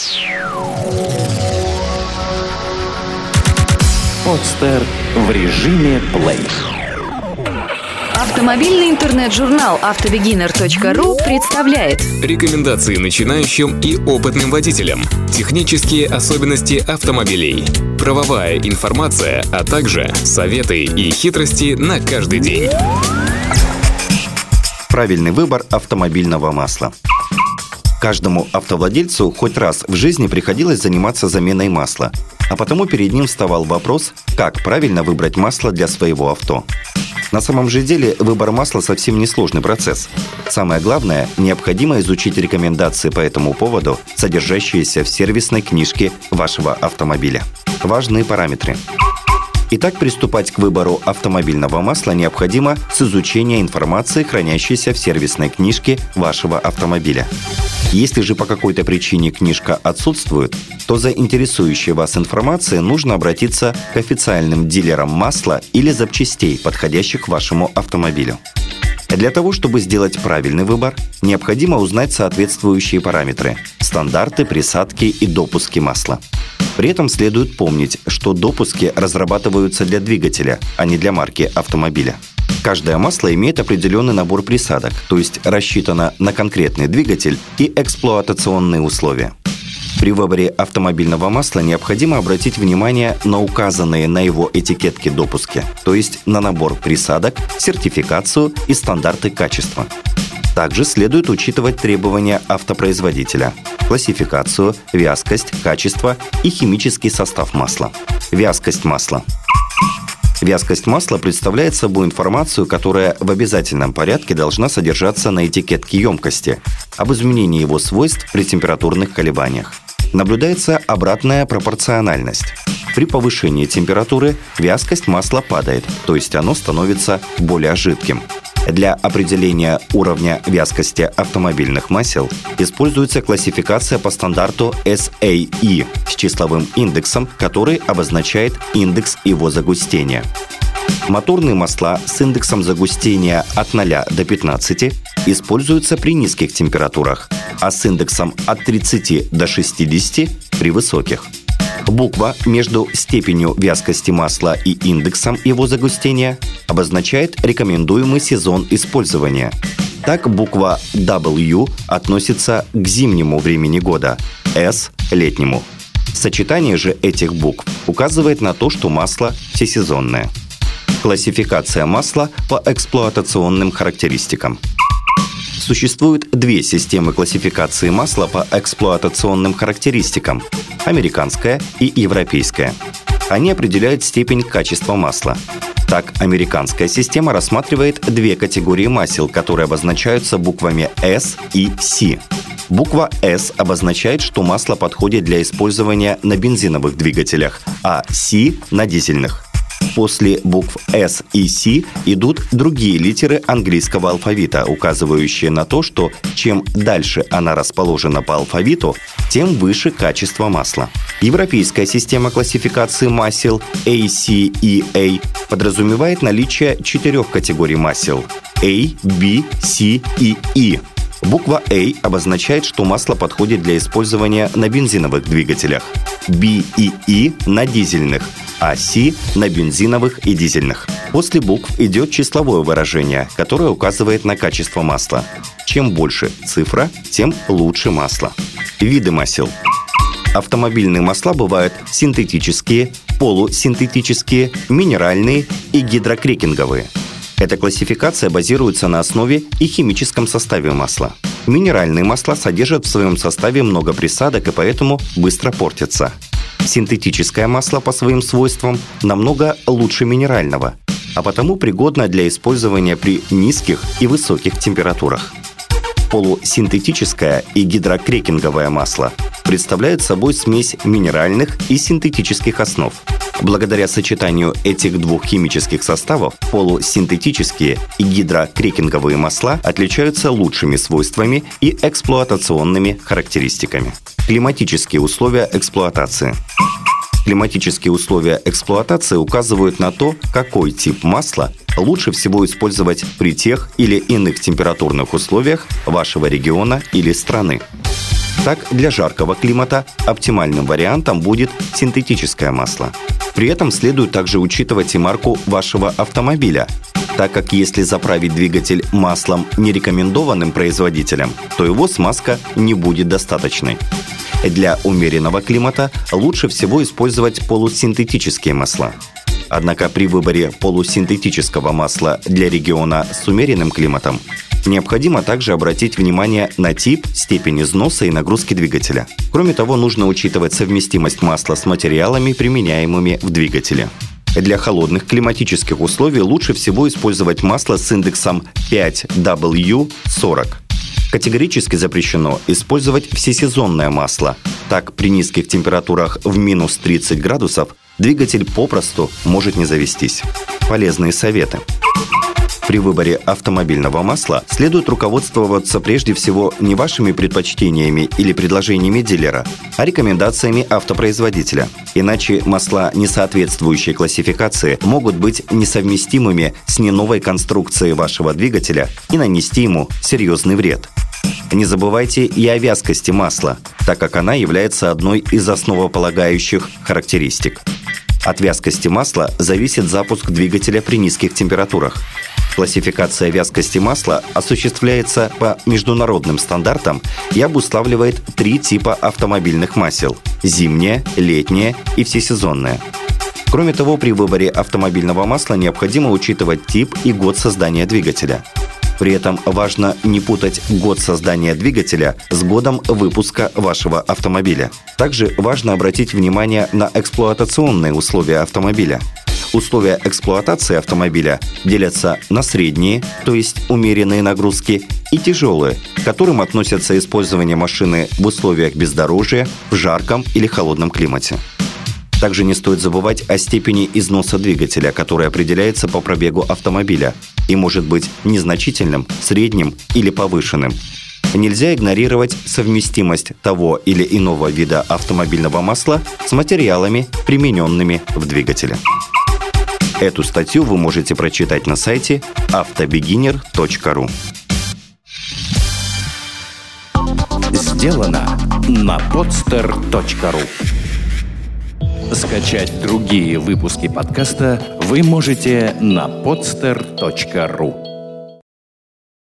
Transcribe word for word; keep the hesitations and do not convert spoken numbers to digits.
Подстер в режиме плей. Автомобильный интернет-журнал автобегинер точка ру представляет рекомендации начинающим и опытным водителям, технические особенности автомобилей, правовая информация, а также советы и хитрости на каждый день. Правильный выбор автомобильного масла. Каждому автовладельцу хоть раз в жизни приходилось заниматься заменой масла, а потому перед ним вставал вопрос, как правильно выбрать масло для своего авто. На самом же деле выбор масла совсем не сложный процесс. Самое главное, необходимо изучить рекомендации по этому поводу, содержащиеся в сервисной книжке вашего автомобиля. Важные параметры. Итак, приступать к выбору автомобильного масла необходимо с изучения информации, хранящейся в сервисной книжке вашего автомобиля. Если же по какой-то причине книжка отсутствует, то за интересующей вас информацией нужно обратиться к официальным дилерам масла или запчастей, подходящих вашему автомобилю. Для того, чтобы сделать правильный выбор, необходимо узнать соответствующие параметры – стандарты, присадки и допуски масла. При этом следует помнить, что допуски разрабатываются для двигателя, а не для марки автомобиля. Каждое масло имеет определенный набор присадок, то есть рассчитано на конкретный двигатель и эксплуатационные условия. При выборе автомобильного масла необходимо обратить внимание на указанные на его этикетке допуски, то есть на набор присадок, сертификацию и стандарты качества. Также следует учитывать требования автопроизводителя, классификацию, вязкость, качество и химический состав масла. Вязкость масла. Вязкость масла представляет собой информацию, которая в обязательном порядке должна содержаться на этикетке емкости об изменении его свойств при температурных колебаниях. Наблюдается обратная пропорциональность. При повышении температуры вязкость масла падает, то есть оно становится более жидким. Для определения уровня вязкости автомобильных масел используется классификация по стандарту эс эй и с числовым индексом, который обозначает индекс его загустения. Моторные масла с индексом загустения от ноля до пятнадцати используются при низких температурах, а с индексом от тридцати до шестидесяти при высоких. Буква между степенью вязкости масла и индексом его загустения обозначает рекомендуемый сезон использования. Так, буква дабл ю относится к зимнему времени года, S – летнему. Сочетание же этих букв указывает на то, что масло всесезонное. Классификация масла по эксплуатационным характеристикам. Существует две системы классификации масла по эксплуатационным характеристикам – американская и европейская. Они определяют степень качества масла. Так, американская система рассматривает две категории масел, которые обозначаются буквами S и C. Буква S обозначает, что масло подходит для использования на бензиновых двигателях, а C – на дизельных. После букв S и C идут другие литеры английского алфавита, указывающие на то, что чем дальше она расположена по алфавиту, тем выше качество масла. Европейская система классификации масел эй си и эй подразумевает наличие четырех категорий масел – A, B, C и E. Буква A обозначает, что масло подходит для использования на бензиновых двигателях, B и E – на дизельных, а C – на бензиновых и дизельных. После букв идет числовое выражение, которое указывает на качество масла. Чем больше цифра, тем лучше масло. Виды масел. Автомобильные масла бывают синтетические, полусинтетические, минеральные и гидрокрекинговые. Эта классификация базируется на основе и химическом составе масла. Минеральные масла содержат в своем составе много присадок и поэтому быстро портятся. Синтетическое масло по своим свойствам намного лучше минерального, а потому пригодно для использования при низких и высоких температурах. Полусинтетическое и гидрокрекинговое масло представляют собой смесь минеральных и синтетических основ. Благодаря сочетанию этих двух химических составов полусинтетические и гидрокрекинговые масла отличаются лучшими свойствами и эксплуатационными характеристиками. Климатические условия эксплуатации. Климатические условия эксплуатации указывают на то, какой тип масла лучше всего использовать при тех или иных температурных условиях вашего региона или страны. Так, для жаркого климата оптимальным вариантом будет синтетическое масло. При этом следует также учитывать и марку вашего автомобиля, так как если заправить двигатель маслом, не рекомендованным производителем, то его смазка не будет достаточной. Для умеренного климата лучше всего использовать полусинтетические масла. Однако при выборе полусинтетического масла для региона с умеренным климатом необходимо также обратить внимание на тип, степень износа и нагрузки двигателя. Кроме того, нужно учитывать совместимость масла с материалами, применяемыми в двигателе. Для холодных климатических условий лучше всего использовать масло с индексом пять дабл ю сорок. Категорически запрещено использовать всесезонное масло. Так, при низких температурах в минус тридцать градусов двигатель попросту может не завестись. Полезные советы. При выборе автомобильного масла следует руководствоваться прежде всего не вашими предпочтениями или предложениями дилера, а рекомендациями автопроизводителя. Иначе масла, не соответствующие классификации, могут быть несовместимыми с не новой конструкцией вашего двигателя и нанести ему серьезный вред. Не забывайте и о вязкости масла, так как она является одной из основополагающих характеристик. От вязкости масла зависит запуск двигателя при низких температурах. Классификация вязкости масла осуществляется по международным стандартам и обуславливает три типа автомобильных масел – зимнее, летнее и всесезонное. Кроме того, при выборе автомобильного масла необходимо учитывать тип и год создания двигателя. При этом важно не путать год создания двигателя с годом выпуска вашего автомобиля. Также важно обратить внимание на эксплуатационные условия автомобиля. Условия эксплуатации автомобиля делятся на средние, то есть умеренные нагрузки, и тяжелые, к которым относятся использование машины в условиях бездорожья, в жарком или холодном климате. Также не стоит забывать о степени износа двигателя, который определяется по пробегу автомобиля и может быть незначительным, средним или повышенным. Нельзя игнорировать совместимость того или иного вида автомобильного масла с материалами, примененными в двигателе. Эту статью вы можете прочитать на сайте автобегинер точка ру. Сделано на подстер точка ру. Скачать другие выпуски подкаста вы можете на подстер точка ру.